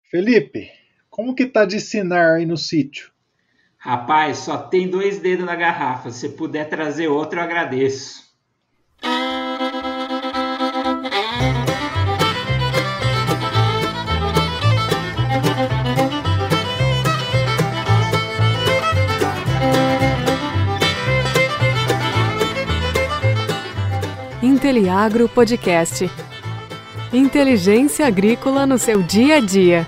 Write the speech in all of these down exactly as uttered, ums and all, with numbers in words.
Felipe, como que tá de Sinar aí no sítio? Rapaz, só tem dois dedos na garrafa. Se puder trazer outro, eu agradeço. Inteliagro Podcast. Inteligência agrícola no seu dia a dia.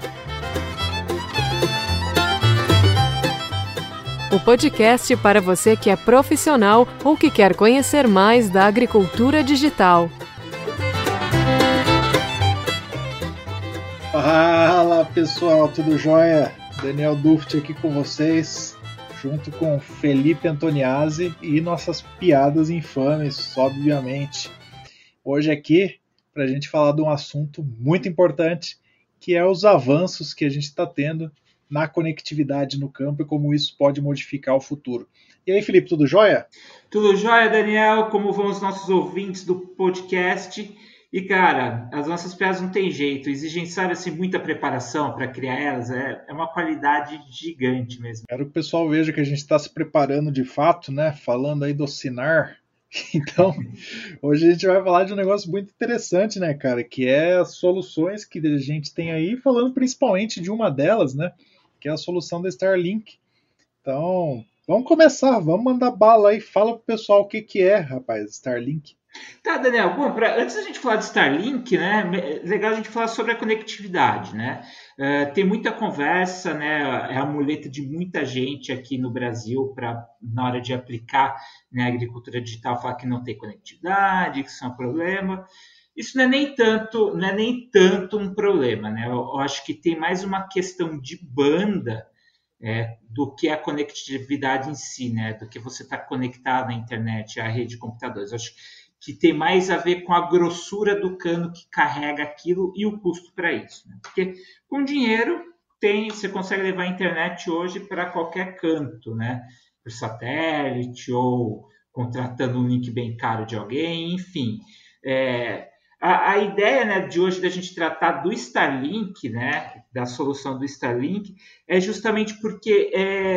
O podcast para você que é profissional ou que quer conhecer mais da agricultura digital. Fala pessoal, tudo jóia? Daniel Duft aqui com vocês, junto com Felipe Antoniazzi e nossas piadas infames, obviamente. Hoje aqui para a gente falar de um assunto muito importante, que é os avanços que a gente está tendo na conectividade no campo e como isso pode modificar o futuro. E aí, Felipe, tudo jóia? Tudo jóia, Daniel? Como vão os nossos ouvintes do podcast? E, cara, as nossas piadas não tem jeito, exigem, sabe, assim, muita preparação para criar elas, é, é uma qualidade gigante mesmo. Quero que o pessoal veja que a gente está se preparando de fato, né? Falando aí do Sinar. Então, hoje a gente vai falar de um negócio muito interessante, né, cara? Que é as soluções que a gente tem aí, falando principalmente de uma delas, né? Que é a solução da Starlink. Então, vamos começar, vamos mandar bala aí. Fala pro pessoal o que, que é, rapaz, Starlink. Tá, Daniel, bom, pra, antes da gente falar de Starlink, né, é legal a gente falar sobre a conectividade, né? Uh, tem muita conversa, né? É a muleta de muita gente aqui no Brasil para, na hora de aplicar, né, a agricultura digital, falar que não tem conectividade, que isso é um problema. Isso não é nem tanto, não é nem tanto um problema, né? Eu, eu acho que tem mais uma questão de banda, é, do que a conectividade em si, né? Do que você está conectado à internet, à rede de computadores. Eu acho que tem mais a ver com a grossura do cano que carrega aquilo e o custo para isso, né? Porque com dinheiro tem, você consegue levar a internet hoje para qualquer canto, né? Por satélite ou contratando um link bem caro de alguém, enfim. É, a, a ideia, né, de hoje da gente tratar do Starlink, né, da solução do Starlink, é justamente porque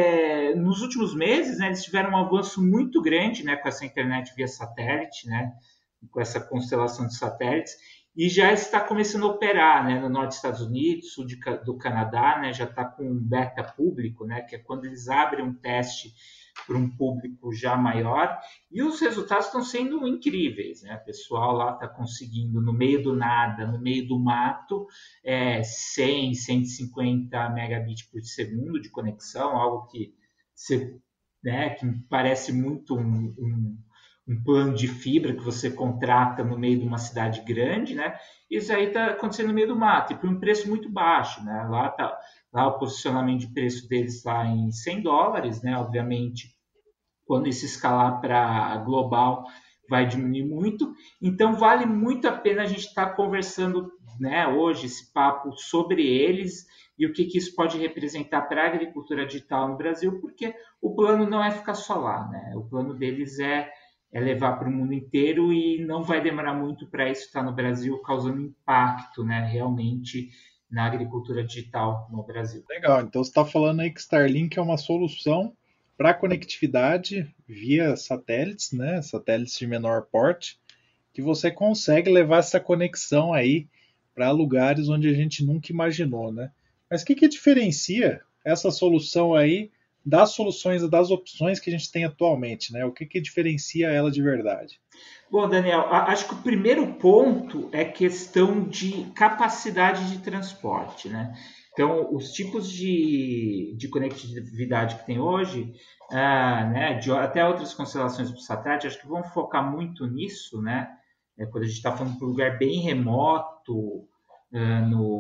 é, nos últimos meses, né, eles tiveram um avanço muito grande, né, com essa internet via satélite, né, com essa constelação de satélites, e já está começando a operar, né, no norte dos Estados Unidos, sul de, do Canadá, né, já está com um beta público, né, que é quando eles abrem um teste para um público já maior, e os resultados estão sendo incríveis, né? O pessoal lá está conseguindo, no meio do nada, no meio do mato, é, cem, cento e cinquenta megabits por segundo de conexão, algo que, você, né, que parece muito um, um, um plano de fibra que você contrata no meio de uma cidade grande, né? Isso aí está acontecendo no meio do mato, e por um preço muito baixo, né? Lá está lá o posicionamento de preço deles está em cem dólares, né? Obviamente, quando isso escalar para global, vai diminuir muito. Então, vale muito a pena a gente estar tá conversando, né, hoje, esse papo sobre eles e o que, que isso pode representar para a agricultura digital no Brasil, porque o plano não é ficar só lá, né? O plano deles é, é levar para o mundo inteiro e não vai demorar muito para isso estar no Brasil, causando impacto, né, realmente, na agricultura digital no Brasil. Legal, então você está falando aí que Starlink é uma solução para conectividade via satélites, né? Satélites de menor porte, que você consegue levar essa conexão aí para lugares onde a gente nunca imaginou, né? Mas o que, que diferencia essa solução aí das soluções, das opções que a gente tem atualmente, né? O que, que diferencia ela de verdade? Bom, Daniel, acho que o primeiro ponto é questão de capacidade de transporte, né? Então, os tipos de, de conectividade que tem hoje, ah, né, de, até outras constelações por satélite, acho que vão focar muito nisso, né? É, quando a gente está falando de um lugar bem remoto, ah, no,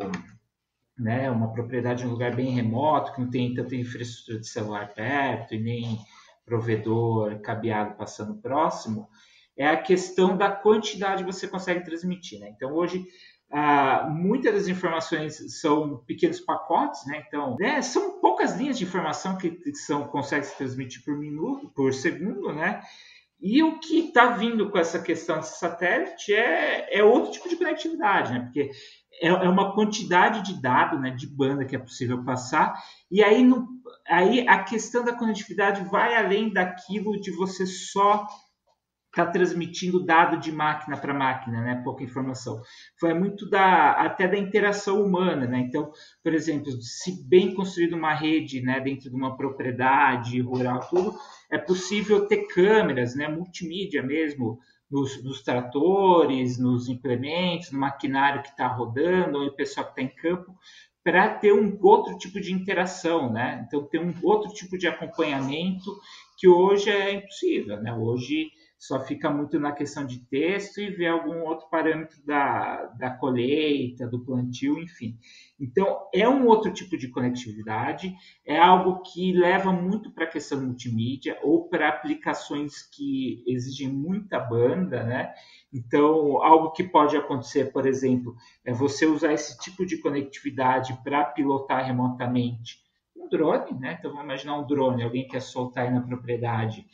né, uma propriedade em um lugar bem remoto, que não tem tanta infraestrutura de celular perto e nem provedor cabeado passando próximo, é a questão da quantidade que você consegue transmitir, né? Então, hoje, ah, muitas das informações são pequenos pacotes, né? Então, né, são poucas linhas de informação que, que são, consegue se transmitir por minuto, por segundo, né? E o que está vindo com essa questão de satélite é, é outro tipo de conectividade, né? Porque é, é uma quantidade de dado, né, de banda que é possível passar, e aí, no, aí a questão da conectividade vai além daquilo de você só está transmitindo dado de máquina para máquina, né? Pouca informação. Foi muito da, até da interação humana, né? Então, por exemplo, se bem construída uma rede, né, dentro de uma propriedade rural, tudo, é possível ter câmeras, né, multimídia mesmo, nos, nos tratores, nos implementos, no maquinário que está rodando, ou o pessoal que está em campo, para ter um outro tipo de interação, né? Então, ter um outro tipo de acompanhamento que hoje é impossível, né? Hoje só fica muito na questão de texto e ver algum outro parâmetro da, da colheita, do plantio, enfim. Então, é um outro tipo de conectividade, é algo que leva muito para a questão multimídia ou para aplicações que exigem muita banda, né? Então, algo que pode acontecer, por exemplo, é você usar esse tipo de conectividade para pilotar remotamente um drone, né? Então, vamos imaginar um drone, alguém quer soltar aí na propriedade,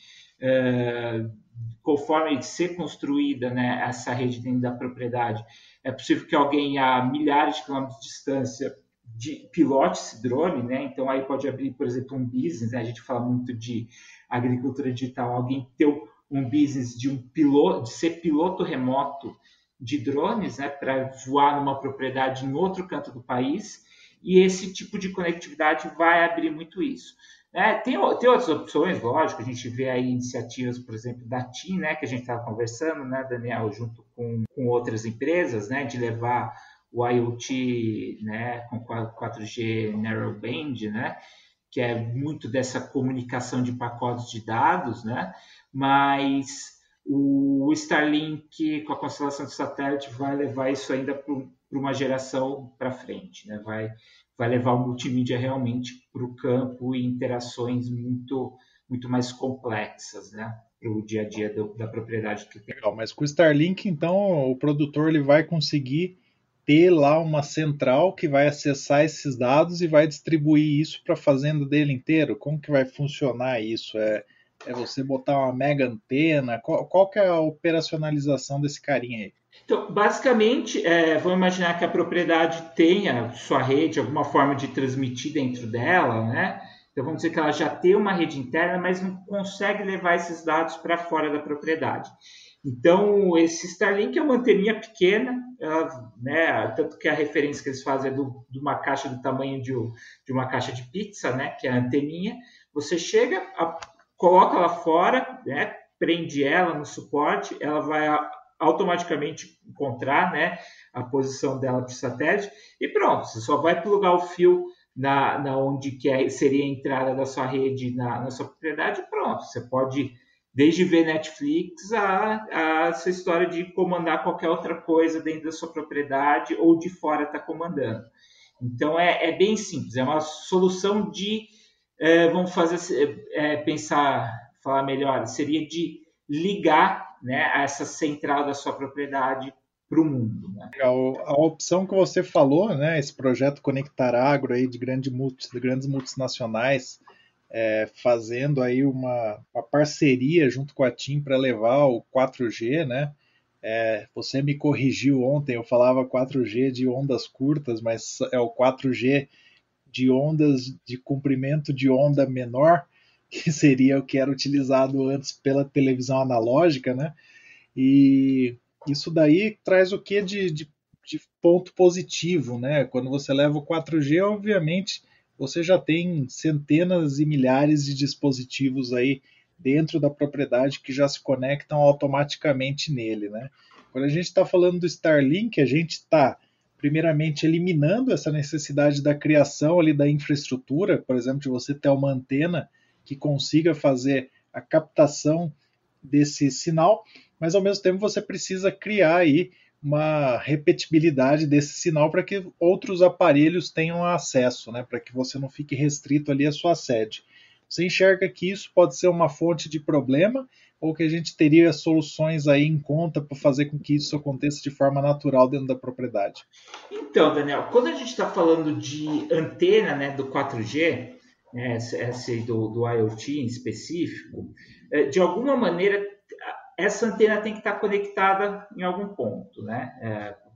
Uh, conforme ser construída, né, essa rede dentro da propriedade, é possível que alguém a milhares de quilômetros de distância de, pilote esse drone, né? Então aí pode abrir, por exemplo, um business, né? A gente fala muito de agricultura digital, alguém ter um business de um piloto, de ser piloto remoto de drones, né, para voar numa propriedade em outro canto do país, e esse tipo de conectividade vai abrir muito isso. É, tem, tem outras opções, lógico, a gente vê aí iniciativas, por exemplo, da TIM, né, que a gente estava conversando, né, Daniel, junto com, com outras empresas, né, de levar o IoT, né, com quatro G Narrowband, né, que é muito dessa comunicação de pacotes de dados, né, mas o Starlink, com a constelação de satélite, vai levar isso ainda para uma geração para frente, né, vai... vai levar o multimídia realmente para o campo e interações muito, muito mais complexas, né, para o dia a dia do, da propriedade que tem. Legal, mas com o Starlink, então, o produtor ele vai conseguir ter lá uma central que vai acessar esses dados e vai distribuir isso para a fazenda dele inteiro? Como que vai funcionar isso? É, é você botar uma mega antena? Qual, qual que é a operacionalização desse carinha aí? Então, basicamente, é, vamos imaginar que a propriedade tenha sua rede, alguma forma de transmitir dentro dela, né? Então, vamos dizer que ela já tem uma rede interna, mas não consegue levar esses dados para fora da propriedade. Então, esse Starlink é uma anteninha pequena, ela, né, tanto que a referência que eles fazem é do, de uma caixa do tamanho de, de uma caixa de pizza, né, que é a anteninha. Você chega, a, coloca ela fora, né, prende ela no suporte, ela vai... A, automaticamente encontrar, né, a posição dela para o satélite e pronto, você só vai plugar o fio na, na onde que é, seria a entrada da sua rede na, na sua propriedade e pronto, você pode desde ver Netflix a, a essa história de comandar qualquer outra coisa dentro da sua propriedade ou de fora está comandando. Então é, é bem simples, é uma solução de, é, vamos fazer, é, pensar, falar melhor, seria de ligar, né, essa central da sua propriedade para o mundo. Né? A, a opção que você falou, né, esse projeto Conectar Agro aí de, grande multi, de grandes multinacionais, é, fazendo aí uma, uma parceria junto com a TIM para levar o quatro G, né? É, você me corrigiu ontem, eu falava quatro G de ondas curtas, mas é o quatro G de ondas de comprimento de onda menor, que seria o que era utilizado antes pela televisão analógica, né? E isso daí traz o que de, de, de ponto positivo, né? Quando você leva o quatro G, obviamente, você já tem centenas e milhares de dispositivos aí dentro da propriedade que já se conectam automaticamente nele, né? Quando a gente está falando do Starlink, a gente está primeiramente eliminando essa necessidade da criação ali da infraestrutura, por exemplo, de você ter uma antena que consiga fazer a captação desse sinal, mas ao mesmo tempo você precisa criar aí uma repetibilidade desse sinal para que outros aparelhos tenham acesso, né, para que você não fique restrito ali à sua sede. Você enxerga que isso pode ser uma fonte de problema ou que a gente teria soluções aí em conta para fazer com que isso aconteça de forma natural dentro da propriedade? Então, Daniel, quando a gente está falando de antena, né, do quatro G, né, essa do, do IoT em específico, de alguma maneira essa antena tem que estar conectada em algum ponto, né? É,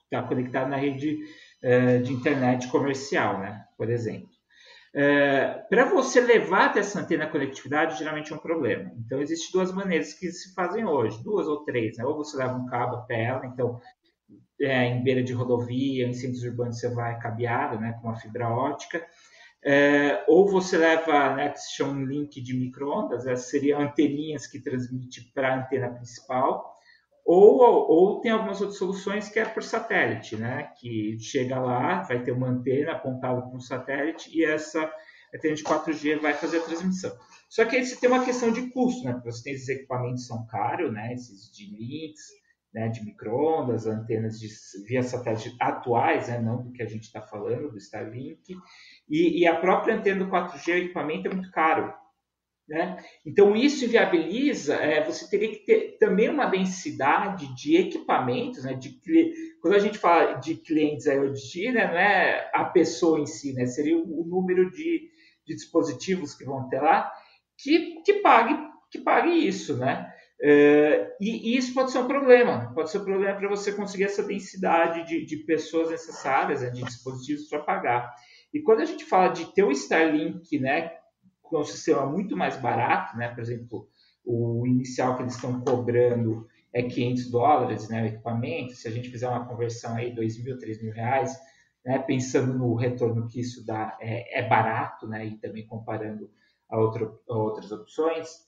tá conectado na rede uh, de internet comercial, né? Por exemplo. Uh, para você levar até essa antena a conectividade, geralmente é um problema. Então, existem duas maneiras que se fazem hoje, duas ou três, né? Ou você leva um cabo até ela, então, é, em beira de rodovia, em centros urbanos, você vai cabeado, né, com uma fibra ótica. É, ou você leva, né, que se chama um link de micro-ondas, essas seriam anteninhas que transmitem para a antena principal, ou, ou tem algumas outras soluções que é por satélite, né, que chega lá, vai ter uma antena apontada para um satélite e essa antena de quatro G vai fazer a transmissão. Só que aí você tem uma questão de custo, né, porque você tem esses equipamentos que são caros, né, esses de links, né, de micro-ondas, antenas de, via satélite atuais, né, não do que a gente está falando, do Starlink, e, e a própria antena do quatro G, o equipamento é muito caro. Né? Então, isso viabiliza, é, você teria que ter também uma densidade de equipamentos, né, de, quando a gente fala de clientes IoT, né, não é a pessoa em si, né, seria o, o número de, de dispositivos que vão ter lá, que, que, pague, que pague isso, né? Uh, e, e isso pode ser um problema, pode ser um problema para você conseguir essa densidade de, de pessoas necessárias, né, de dispositivos para pagar. E quando a gente fala de ter o Starlink, né, com um sistema muito mais barato, né, por exemplo, o inicial que eles estão cobrando é quinhentos dólares, né, o equipamento, se a gente fizer uma conversão aí, dois mil, três mil reais, né, pensando no retorno que isso dá, é, é barato, né, e também comparando a, outro, a outras opções.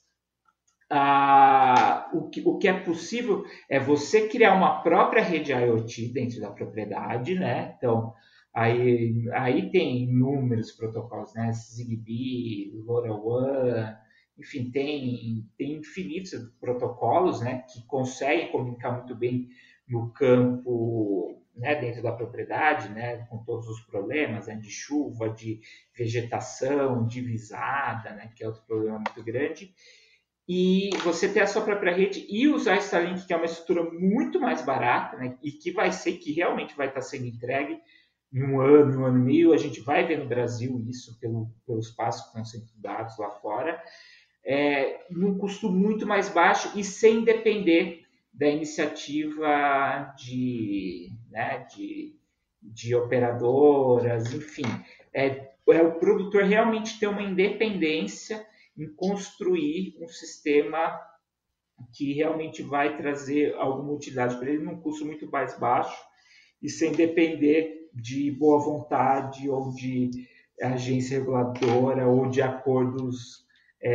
Ah, o, que, o que é possível é você criar uma própria rede IoT dentro da propriedade, né? Então, aí, aí tem inúmeros protocolos, né? Zigbee, LoRaWAN, enfim, tem, tem infinitos protocolos, né? Que conseguem comunicar muito bem no campo, né? Dentro da propriedade, né? Com todos os problemas, né? De chuva, de vegetação, de visada, né? Que é outro problema muito grande. E você ter a sua própria rede e usar Starlink, que é uma estrutura muito mais barata, né, e que vai ser, que realmente vai estar sendo entregue em um ano, em um ano e meio. A gente vai ver no Brasil isso pelo, pelos passos que estão sendo dados lá fora, é, num custo muito mais baixo e sem depender da iniciativa de, né, de, de operadoras, enfim. É, é o produtor realmente ter uma independência em construir um sistema que realmente vai trazer alguma utilidade para ele num custo muito mais baixo e sem depender de boa vontade ou de agência reguladora ou de acordos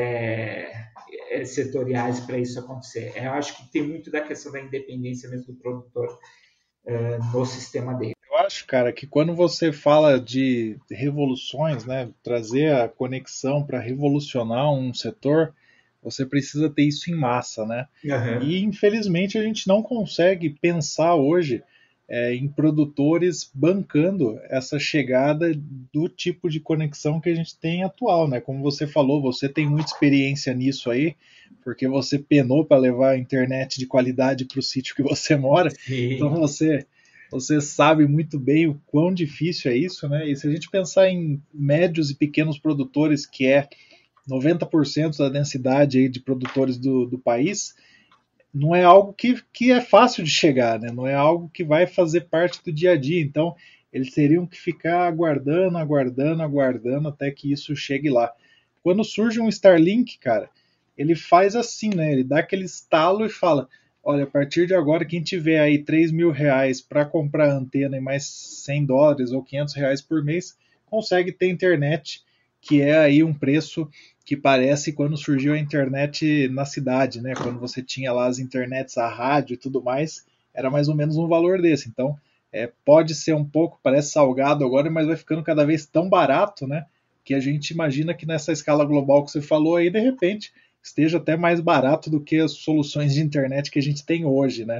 é, setoriais para isso acontecer. Eu acho que tem muito da questão da independência mesmo do produtor é, no sistema dele. Eu acho, cara, que quando você fala de revoluções, né, trazer a conexão para revolucionar um setor, você precisa ter isso em massa, né? Uhum. E, infelizmente, a gente não consegue pensar hoje é, em produtores bancando essa chegada do tipo de conexão que a gente tem atual, né? Como você falou, você tem muita experiência nisso aí, porque você penou para levar a internet de qualidade para o sítio que você mora. Sim. Então, você... Você sabe muito bem o quão difícil é isso, né? E se a gente pensar em médios e pequenos produtores, que é noventa por cento da densidade aí de produtores do, do país, não é algo que, que é fácil de chegar, né? Não é algo que vai fazer parte do dia a dia. Então, eles teriam que ficar aguardando, aguardando, aguardando até que isso chegue lá. Quando surge um Starlink, cara, ele faz assim, né? Ele dá aquele estalo e fala... Olha, a partir de agora, quem tiver aí três mil reais para comprar antena e mais cem dólares ou quinhentos reais por mês, consegue ter internet, que é aí um preço que parece quando surgiu a internet na cidade, né? Quando você tinha lá as internets, a rádio e tudo mais, era mais ou menos um valor desse. Então, é, pode ser um pouco, parece salgado agora, mas vai ficando cada vez tão barato, né? Que a gente imagina que nessa escala global que você falou aí, de repente... esteja até mais barato do que as soluções de internet que a gente tem hoje, né?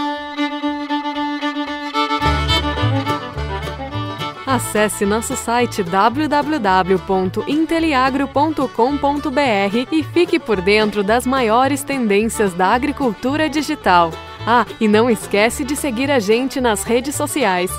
Acesse nosso site w w w ponto inteliagro ponto com ponto b r e fique por dentro das maiores tendências da agricultura digital. Ah, e não esquece de seguir a gente nas redes sociais.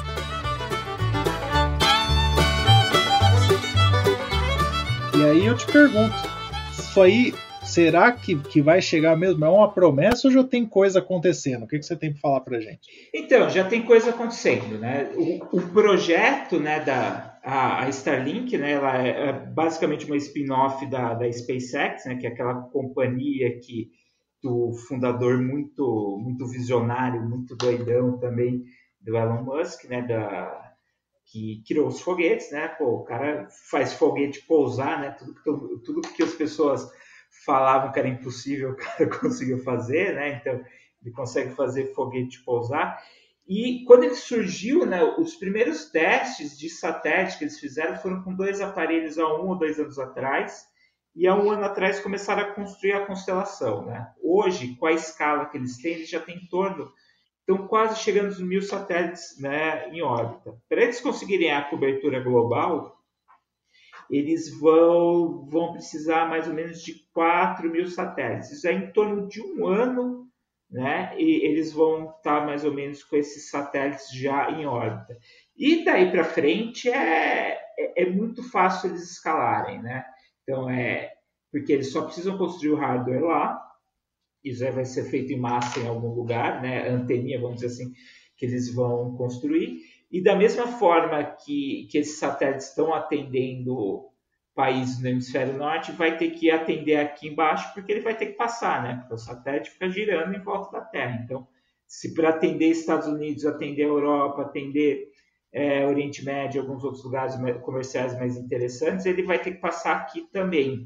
E aí eu te pergunto, isso aí será que, que vai chegar mesmo? É uma promessa ou já tem coisa acontecendo? O que, que você tem para falar para a gente? Então, já tem coisa acontecendo, né? O, o projeto, né, da a, a Starlink, né, ela é, é basicamente uma spin-off da, da SpaceX, né, que é aquela companhia que do fundador muito, muito visionário, muito doidão também, do Elon Musk, né, da, que criou os foguetes, né? Pô, o cara faz foguete pousar, né? Tudo que, tudo que as pessoas falavam que era impossível, o cara conseguiu fazer, né? Então, ele consegue fazer foguete pousar. E quando ele surgiu, né, os primeiros testes de satélite que eles fizeram foram com dois aparelhos há um ou dois anos atrás, e há um ano atrás começaram a construir a constelação, né? Hoje, com a escala que eles têm, eles já têm em torno, estão quase chegando aos mil satélites, né, em órbita. Para eles conseguirem a cobertura global, eles vão, vão precisar mais ou menos de quatro mil satélites. Isso é em torno de um ano, né? E eles vão estar mais ou menos com esses satélites já em órbita. E daí para frente é, é, é muito fácil eles escalarem, né? Então é porque eles só precisam construir o hardware lá. Isso vai ser feito em massa em algum lugar, né? Anteninha, vamos dizer assim, que eles vão construir. E da mesma forma que, que esses satélites estão atendendo países no hemisfério norte, vai ter que atender aqui embaixo, porque ele vai ter que passar, né? Porque o satélite fica girando em volta da Terra. Então, se para atender Estados Unidos, atender a Europa, atender é, Oriente Médio, alguns outros lugares comerciais mais interessantes, ele vai ter que passar aqui também.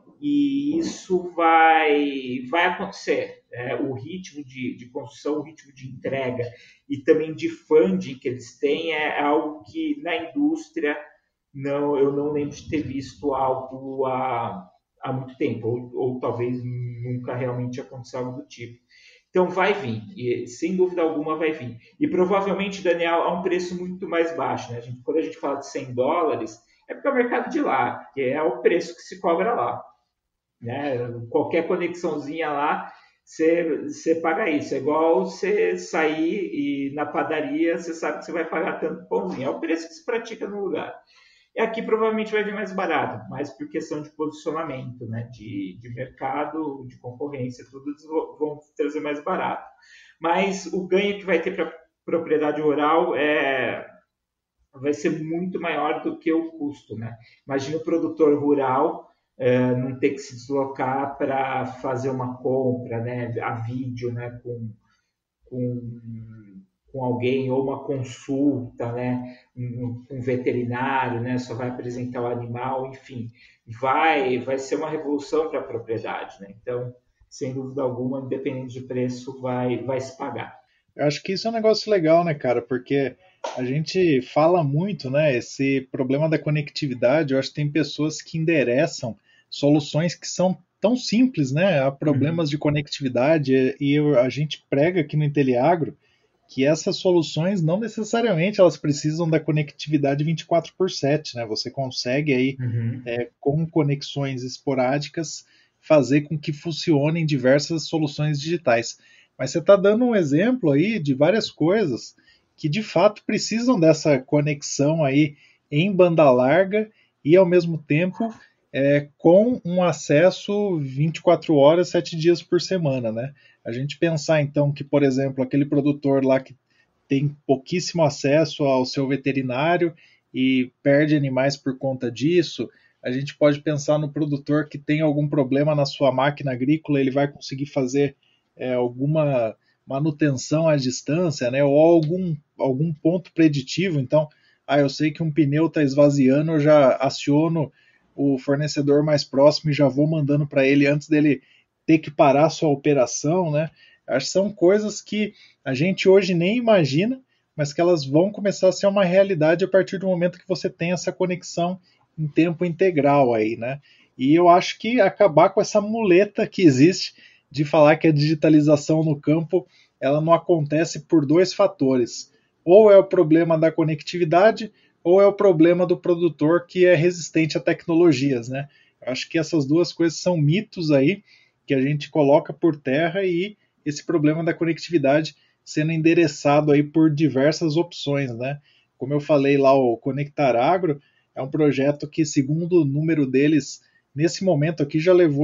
E isso vai, vai acontecer. É, o ritmo de, de construção, o ritmo de entrega e também de funding que eles têm é algo que na indústria não, eu não lembro de ter visto algo há, há muito tempo, ou, ou talvez nunca realmente aconteceu algo do tipo. Então vai vir, e, sem dúvida alguma vai vir. E provavelmente, Daniel, a um preço muito mais baixo. Né? A gente, quando a gente fala de cem dólares, é porque é o mercado de lá, que é o preço que se cobra lá. Né? Qualquer conexãozinha lá, você, você paga isso. É igual você sair e na padaria, você sabe que você vai pagar tanto pãozinho. É o preço que se pratica no lugar. E aqui provavelmente vai vir mais barato, mas por questão de posicionamento, né? de, de mercado, de concorrência, tudo eles vão trazer mais barato. Mas o ganho que vai ter para propriedade rural é, vai ser muito maior do que o custo. Né? Imagina o produtor rural é, não ter que se deslocar para fazer uma compra, né? A vídeo, né? com, com com alguém, ou uma consulta, né, um, um veterinário, né, só vai apresentar o animal, enfim, vai, vai ser uma revolução para a propriedade, né? Então, sem dúvida alguma, independente de preço, vai, vai se pagar. Eu acho que isso é um negócio legal, né, cara, porque a gente fala muito, né, esse problema da conectividade, eu acho que tem pessoas que endereçam soluções que são tão simples, né, a problemas uhum. de conectividade, e a gente prega aqui no Inteliagro que essas soluções não necessariamente elas precisam da conectividade vinte e quatro por sete, né? Você consegue aí, uhum. é, com conexões esporádicas, fazer com que funcionem diversas soluções digitais. Mas você está dando um exemplo aí de várias coisas que de fato precisam dessa conexão aí em banda larga e ao mesmo tempo é, com um acesso vinte e quatro horas, sete dias por semana, né? A gente pensar então que, por exemplo, aquele produtor lá que tem pouquíssimo acesso ao seu veterinário e perde animais por conta disso, a gente pode pensar no produtor que tem algum problema na sua máquina agrícola, ele vai conseguir fazer é, alguma manutenção à distância, né, ou algum, algum ponto preditivo. Então, ah, eu sei que um pneu está esvaziando, eu já aciono o fornecedor mais próximo e já vou mandando para ele antes dele ter que parar a sua operação, né? Acho que são coisas que a gente hoje nem imagina, mas que elas vão começar a ser uma realidade a partir do momento que você tem essa conexão em tempo integral aí, né? E eu acho que acabar com essa muleta que existe de falar que a digitalização no campo ela não acontece por dois fatores. Ou é o problema da conectividade, ou é o problema do produtor que é resistente a tecnologias, né? Eu acho que essas duas coisas são mitos aí que a gente coloca por terra e esse problema da conectividade sendo endereçado aí por diversas opções, né? Como eu falei lá, o Conectar Agro é um projeto que, segundo o número deles, nesse momento aqui já levou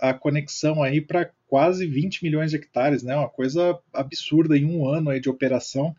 a conexão aí para quase vinte milhões de hectares, né? Uma coisa absurda em um ano aí de operação.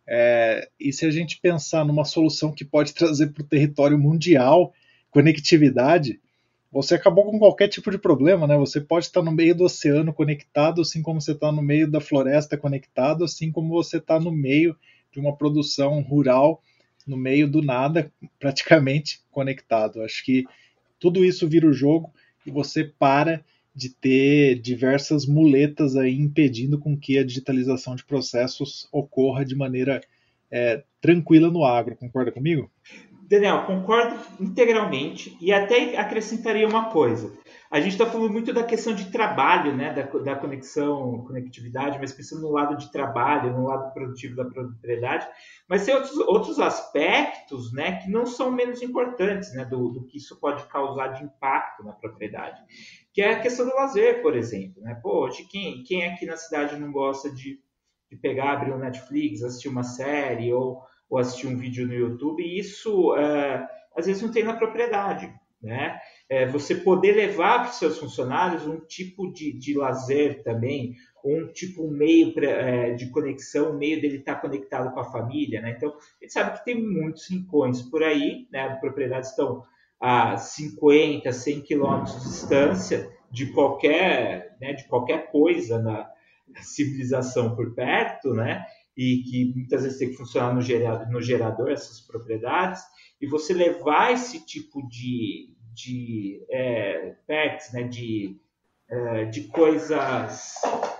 É, e se a gente pensar numa solução que pode trazer para o território mundial conectividade, você acabou com qualquer tipo de problema, né? Você pode estar no meio do oceano conectado, assim como você está no meio da floresta conectado, assim como você está no meio de uma produção rural, no meio do nada, praticamente conectado. Acho que tudo isso vira o jogo e você para de ter diversas muletas aí impedindo com que a digitalização de processos ocorra de maneira é, tranquila no agro. Concorda comigo? Daniel, concordo integralmente e até acrescentaria uma coisa. A gente está falando muito da questão de trabalho, né, da, da conexão, conectividade, mas pensando no lado de trabalho, no lado produtivo da propriedade, mas tem outros, outros aspectos, né, que não são menos importantes, né, do, do que isso pode causar de impacto na propriedade, que é a questão do lazer, por exemplo. Né? Pô, hoje quem, quem aqui na cidade não gosta de, de pegar, abrir um Netflix, assistir uma série ou, ou assistir um vídeo no YouTube, e isso é, às vezes não tem na propriedade, né? É, você poder levar para os seus funcionários um tipo de, de lazer também, um tipo um meio pra, é, de conexão, um meio dele estar conectado com a família, né? Então, a gente sabe que tem muitos rincões por aí, né? As propriedades estão a cinquenta, cem quilômetros de distância de qualquer, né, de qualquer coisa na civilização por perto, né? E que muitas vezes tem que funcionar no gerador, no gerador essas propriedades, e você levar esse tipo de, de é, perks, né, de, é, de coisas,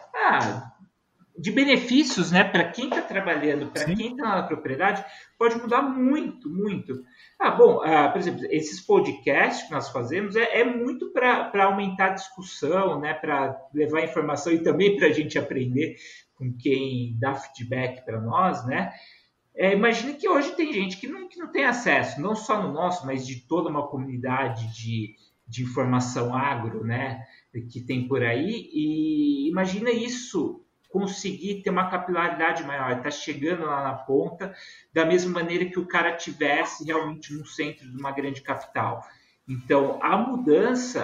ah, de benefícios, né, para quem está trabalhando, para quem está na propriedade, pode mudar muito, muito. Ah, bom, ah, por exemplo, esses podcasts que nós fazemos é, é muito para aumentar a discussão, né, para levar informação e também para a gente aprender com quem dá feedback para nós, né? É, imagina que hoje tem gente que não, que não tem acesso, não só no nosso, mas de toda uma comunidade de, de informação agro, né, que tem por aí, e imagina isso conseguir ter uma capilaridade maior, está chegando lá na ponta, da mesma maneira que o cara tivesse realmente no centro de uma grande capital. Então, a mudança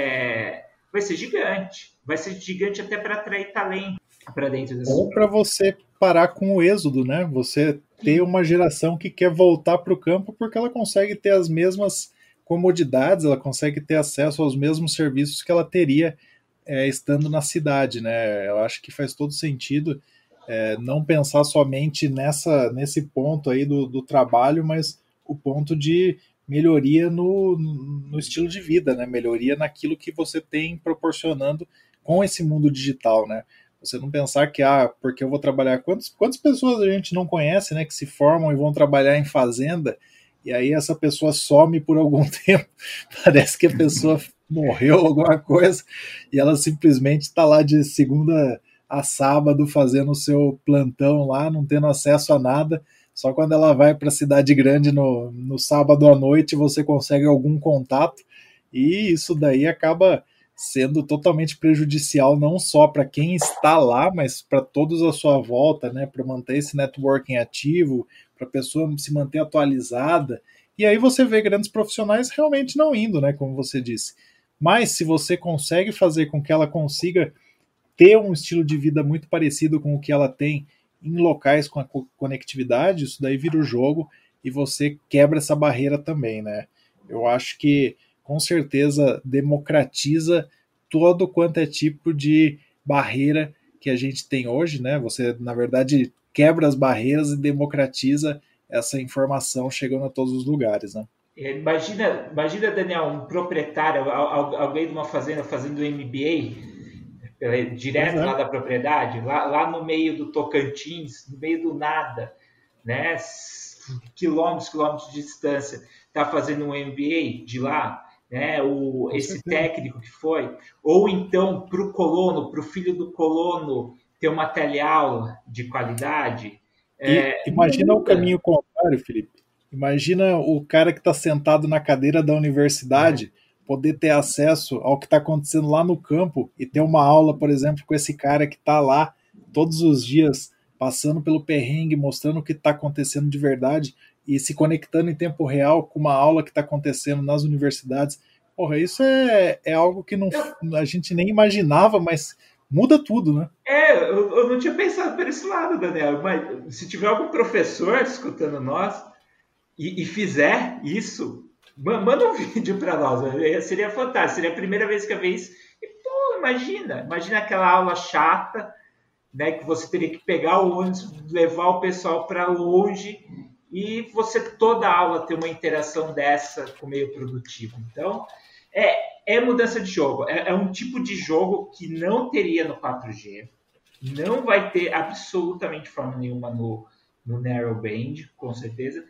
é, vai ser gigante, vai ser gigante até para atrair talento para dentro desse. Ou para você parar com o êxodo, né? Você ter uma geração que quer voltar para o campo porque ela consegue ter as mesmas comodidades, ela consegue ter acesso aos mesmos serviços que ela teria é, estando na cidade, né? Eu acho que faz todo sentido é, não pensar somente nessa, nesse ponto aí do, do trabalho, mas o ponto de melhoria no, no estilo de vida, né? Melhoria naquilo que você tem proporcionando com esse mundo digital, né? Você não pensar que, ah, porque eu vou trabalhar... Quantas, quantas pessoas a gente não conhece, né, que se formam e vão trabalhar em fazenda, e aí essa pessoa some por algum tempo, parece que a pessoa morreu, alguma coisa, e ela simplesmente está lá de segunda a sábado fazendo o seu plantão lá, não tendo acesso a nada, só quando ela vai para a cidade grande no, no sábado à noite você consegue algum contato, e isso daí acaba sendo totalmente prejudicial não só para quem está lá, mas para todos à sua volta, né, para manter esse networking ativo, para a pessoa se manter atualizada, e aí você vê grandes profissionais realmente não indo, né, como você disse. Mas se você consegue fazer com que ela consiga ter um estilo de vida muito parecido com o que ela tem em locais com a conectividade, isso daí vira o jogo e você quebra essa barreira também, né. Eu acho que com certeza democratiza todo quanto é tipo de barreira que a gente tem hoje, né? Você, na verdade, quebra as barreiras e democratiza essa informação chegando a todos os lugares, né? Imagina, imagina, Daniel, um proprietário, alguém de uma fazenda fazendo M B A direto é. lá da propriedade, lá, lá no meio do Tocantins, no meio do nada, né? Quilômetros, quilômetros de distância, tá fazendo um M B A de lá, né, o, esse técnico que foi, ou então para o colono, para o filho do colono ter uma teleaula de qualidade. É, imagina muda. O caminho contrário, Felipe. Imagina o cara que está sentado na cadeira da universidade é. poder ter acesso ao que está acontecendo lá no campo e ter uma aula, por exemplo, com esse cara que está lá todos os dias passando pelo perrengue, mostrando o que está acontecendo de verdade e se conectando em tempo real com uma aula que está acontecendo nas universidades, Porra, isso é, é algo que não, a gente nem imaginava, mas muda tudo, né? É, eu, eu não tinha pensado por esse lado, Daniel, mas se tiver algum professor escutando nós e, e fizer isso, manda um vídeo para nós, seria fantástico, seria a primeira vez que eu vejo isso. E, pô, imagina, imagina aquela aula chata, né, que você teria que pegar o ônibus, levar o pessoal para longe, e você toda aula ter uma interação dessa com o meio produtivo. Então, é, é mudança de jogo. É, é um tipo de jogo que não teria no quatro G, não vai ter absolutamente forma nenhuma no, no Narrowband, com certeza,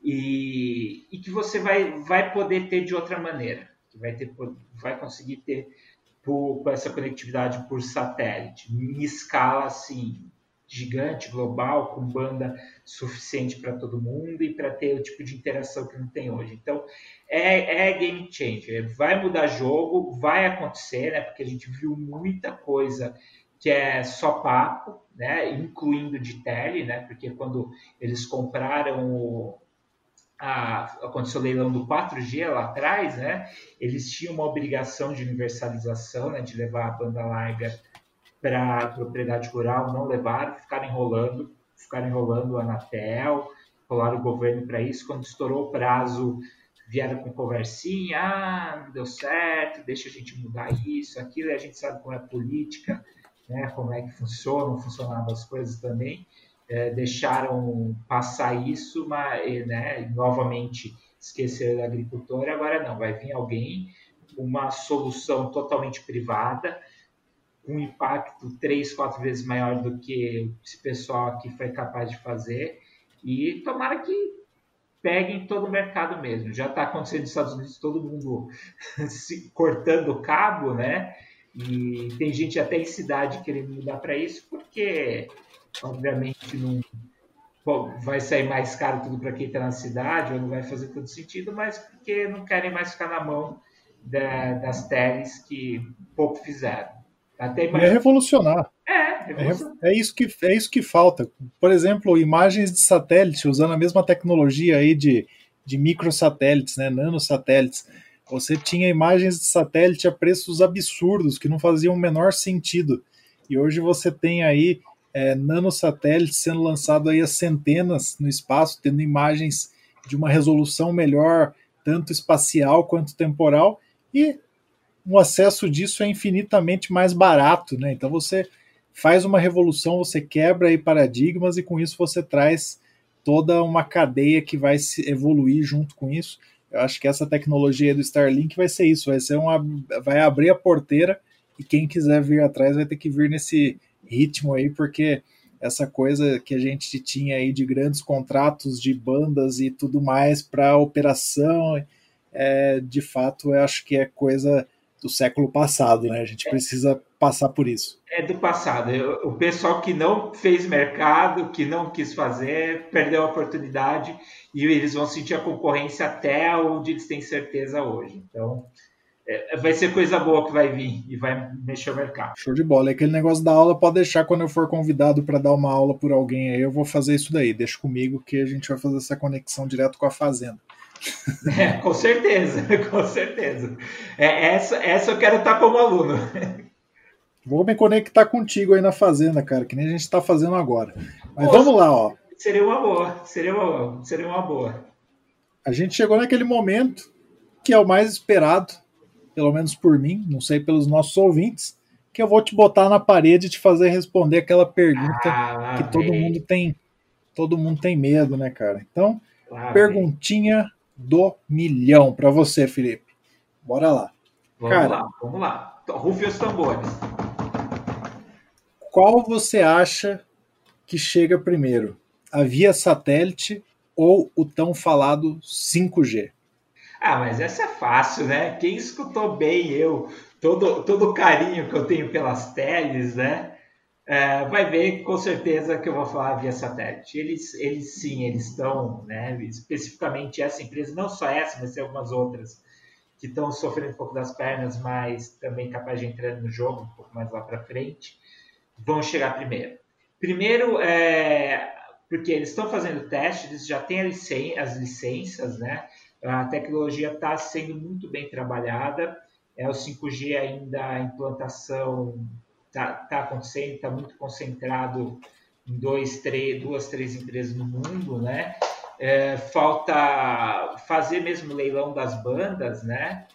e, e que você vai, vai poder ter de outra maneira, que vai, ter, vai conseguir ter por, com essa conectividade por satélite, em escala assim, gigante, global, com banda suficiente para todo mundo e para ter o tipo de interação que não tem hoje. Então, é, é game changer. Vai mudar jogo, vai acontecer, né? Porque a gente viu muita coisa que é só papo, né? Incluindo de tele, né? Porque quando eles compraram o A, aconteceu o leilão do quatro G lá atrás, né? Eles tinham uma obrigação de universalização, né? De levar a banda larga para a propriedade rural, não levaram, ficaram enrolando, ficaram enrolando a Anatel, rolaram o governo para isso. Quando estourou o prazo, vieram com conversinha, ah, não deu certo, deixa a gente mudar isso, aquilo, e a gente sabe como é política, né? Como é que funciona, não funcionavam as coisas também. É, deixaram passar isso, mas, né, novamente esqueceram da agricultura. Agora não, vai vir alguém, uma solução totalmente privada, com um impacto três, quatro vezes maior do que esse pessoal aqui foi capaz de fazer, e tomara que peguem todo o mercado mesmo. Já está acontecendo nos Estados Unidos, todo mundo se cortando o cabo, né? E tem gente até em cidade querendo mudar para isso, porque obviamente não bom, vai sair mais caro tudo para quem está na cidade, ou não vai fazer todo sentido, mas porque não querem mais ficar na mão da, das teles que pouco fizeram. Até mais... É revolucionar. É, revolucionar. É, é, isso que, é isso que falta. Por exemplo, imagens de satélite, usando a mesma tecnologia aí de, de microsatélites, né, nanosatélites. Você tinha imagens de satélite a preços absurdos, que não faziam o menor sentido. E hoje você tem aí é, nanosatélites sendo lançados aí a centenas no espaço, tendo imagens de uma resolução melhor, tanto espacial quanto temporal, e o acesso disso é infinitamente mais barato, né? Então você faz uma revolução, você quebra aí paradigmas, e com isso você traz toda uma cadeia que vai se evoluir junto com isso. Eu acho que essa tecnologia do Starlink vai ser isso, vai ser uma, vai abrir a porteira, e quem quiser vir atrás vai ter que vir nesse ritmo aí, porque essa coisa que a gente tinha aí de grandes contratos de bandas e tudo mais para operação, é, de fato eu acho que é coisa do século passado, né? A gente precisa passar por isso. É do passado. O pessoal que não fez mercado, que não quis fazer, perdeu a oportunidade, e eles vão sentir a concorrência até onde eles têm certeza hoje. Então, é, vai ser coisa boa que vai vir e vai mexer o mercado. Show de bola. E aquele negócio da aula, pode deixar, quando eu for convidado para dar uma aula por alguém aí, eu vou fazer isso daí. Deixa comigo que a gente vai fazer essa conexão direto com a fazenda. É, com certeza, com certeza. É, essa, essa eu quero estar como aluno. Vou me conectar contigo aí na fazenda, cara, que nem a gente está fazendo agora. Mas Pô, vamos lá, ó. Seria uma boa, seria uma, seria uma boa. A gente chegou naquele momento que é o mais esperado, pelo menos por mim, não sei pelos nossos ouvintes, que eu vou te botar na parede e te fazer responder aquela pergunta ah, que todo mundo tem, todo mundo tem medo, né, cara? Então, ah, perguntinha bem. do milhão para você, Felipe. Bora lá. Vamos cara, lá, vamos lá. Rufe os tambores. Qual você acha que chega primeiro? A via satélite ou o tão falado cinco G? Ah, mas essa é fácil, né? Quem escutou bem eu, todo, todo o carinho que eu tenho pelas teles, né? É, vai ver com certeza que eu vou falar via satélite. Eles, eles sim, eles estão, né? Especificamente essa empresa, não só essa, mas tem algumas outras que estão sofrendo um pouco das pernas, mas também capaz de entrar no jogo um pouco mais lá para frente, vão chegar primeiro. Primeiro, é, porque eles estão fazendo teste, eles já têm a licen- as licenças, né? A tecnologia está sendo muito bem trabalhada, é, o cinco G ainda, a implantação está tá acontecendo, está muito concentrado em dois, três, duas, três empresas no mundo, né? É, falta fazer mesmo o leilão das bandas, né?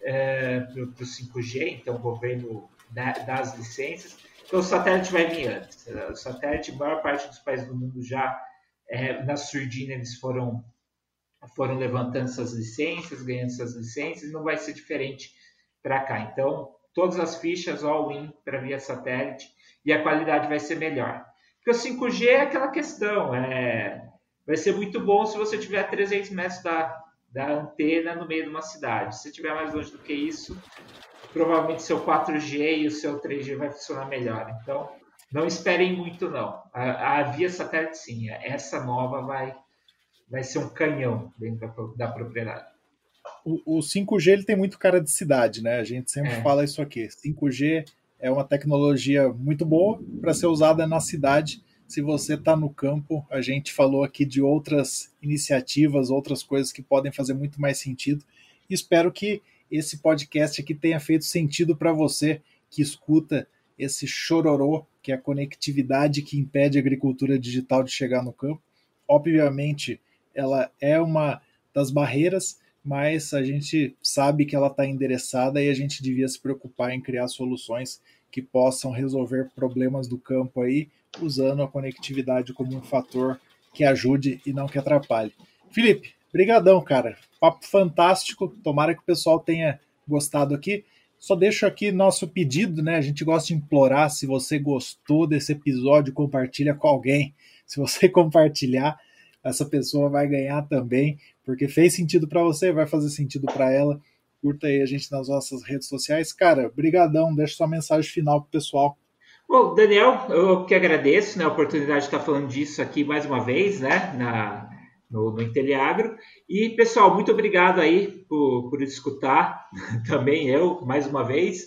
É, para o cinco G, então o governo dá, dá as licenças. Então o satélite vai vir antes. O satélite, a maior parte dos países do mundo já, é, na surdina, eles foram, foram levantando essas licenças, ganhando essas licenças, e não vai ser diferente para cá. Então, todas as fichas all-in para via satélite, e a qualidade vai ser melhor. Porque o cinco G é aquela questão, é, vai ser muito bom se você tiver a trezentos metros da, da antena no meio de uma cidade. Se estiver mais longe do que isso, provavelmente seu quatro G e o seu três G vai funcionar melhor. Então, não esperem muito, não. A, a via satélite, sim, essa nova vai, vai ser um canhão dentro da, da propriedade. O, o cinco G ele tem muito cara de cidade, né? A gente sempre é. fala isso aqui. cinco G é uma tecnologia muito boa para ser usada na cidade. Se você está no campo, a gente falou aqui de outras iniciativas, outras coisas que podem fazer muito mais sentido. Espero que esse podcast aqui tenha feito sentido para você que escuta esse chororô, que é a conectividade que impede a agricultura digital de chegar no campo. Obviamente, ela é uma das barreiras, mas a gente sabe que ela está endereçada e a gente devia se preocupar em criar soluções que possam resolver problemas do campo aí, usando a conectividade como um fator que ajude e não que atrapalhe. Felipe, brigadão, cara. Papo fantástico. Tomara que o pessoal tenha gostado aqui. Só deixo aqui nosso pedido, né? A gente gosta de implorar, se você gostou desse episódio, compartilha com alguém. Se você compartilhar, essa pessoa vai ganhar também, porque fez sentido para você, vai fazer sentido para ela. Curta aí a gente nas nossas redes sociais. Cara, brigadão, deixa sua mensagem final pro pessoal. Bom, Daniel, eu que agradeço, né, a oportunidade de estar falando disso aqui mais uma vez, né, na, no, no Inteliagro. E, pessoal, muito obrigado aí por, por escutar, também eu, mais uma vez.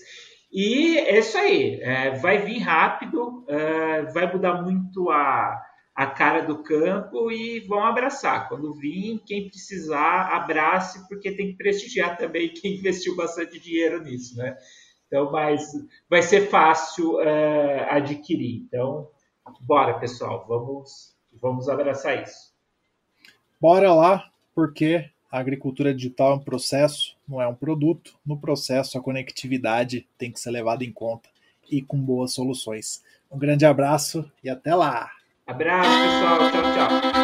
E é isso aí, é, vai vir rápido, é, vai mudar muito a... a cara do campo e vão abraçar. Quando vir, quem precisar, abrace, porque tem que prestigiar também quem investiu bastante dinheiro nisso, né? Então, mas vai ser fácil uh, adquirir. Então, bora, pessoal, vamos, vamos abraçar isso. Bora lá, porque a agricultura digital é um processo, não é um produto. No processo, a conectividade tem que ser levada em conta e com boas soluções. Um grande abraço e até lá! Abraço, pessoal. Tchau, tchau.